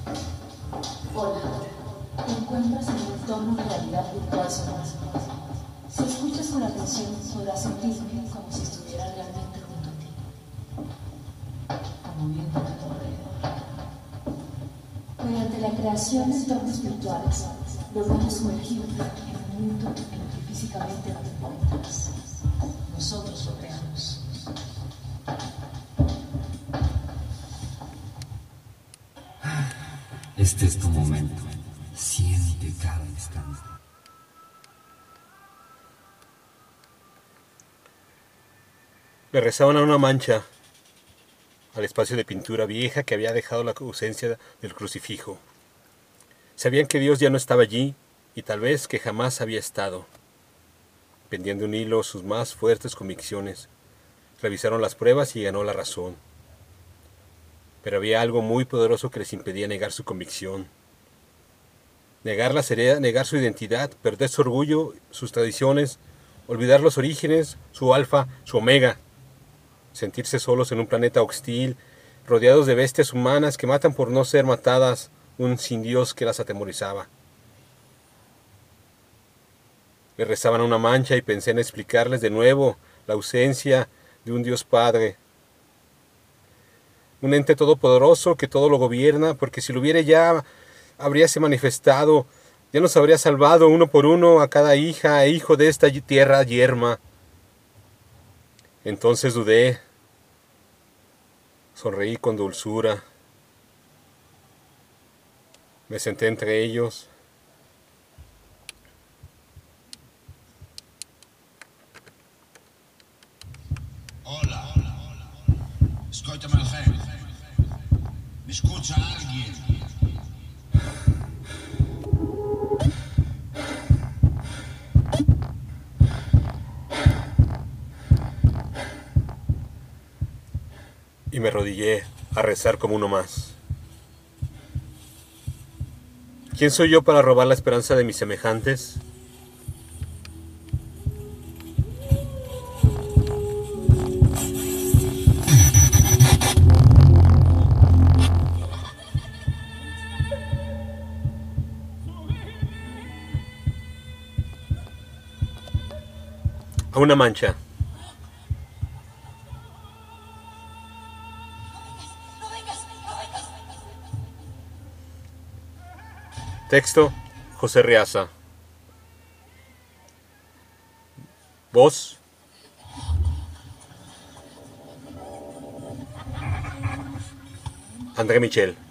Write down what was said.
Hola, te encuentras en un entorno de realidad virtual sonora. Si escuchas con atención, podrás sentirme como si estuviera realmente junto a ti, moviéndome a tu alrededor. Mediante la creación de entornos virtuales, logramos sumergirte en un mundo en el que físicamente no te encuentras. Nosotros lo creamos. Este es tu momento. Siente cada instante. Le rezaban a una mancha, al espacio de pintura vieja que había dejado la ausencia del crucifijo. Sabían que Dios ya no estaba allí y tal vez que jamás había estado. Pendían de un hilo sus más fuertes convicciones. Revisaron las pruebas y ganó la razón. Pero había algo muy poderoso que les impedía negar su convicción. Negarla sería negar su identidad, perder su orgullo, sus tradiciones, olvidar los orígenes, su alfa, su omega. Sentirse solos en un planeta hostil, rodeados de bestias humanas que matan por no ser matadas, un sin Dios que las atemorizaba. Le rezaban a una mancha y pensé en explicarles de nuevo la ausencia de un Dios Padre. Un ente todopoderoso que todo lo gobierna, porque si lo hubiera ya habríase manifestado, ya nos habría salvado uno por uno a cada hija e hijo de esta tierra yerma. Entonces dudé, sonreí con dulzura, me senté entre ellos. Hola, escúchame el jefe. ¿Me escucha alguien? Y me arrodillé a rezar como uno más. ¿Quién soy yo para robar la esperanza de mis semejantes? A una mancha. Texto, José Riaza. Voz, André Michel.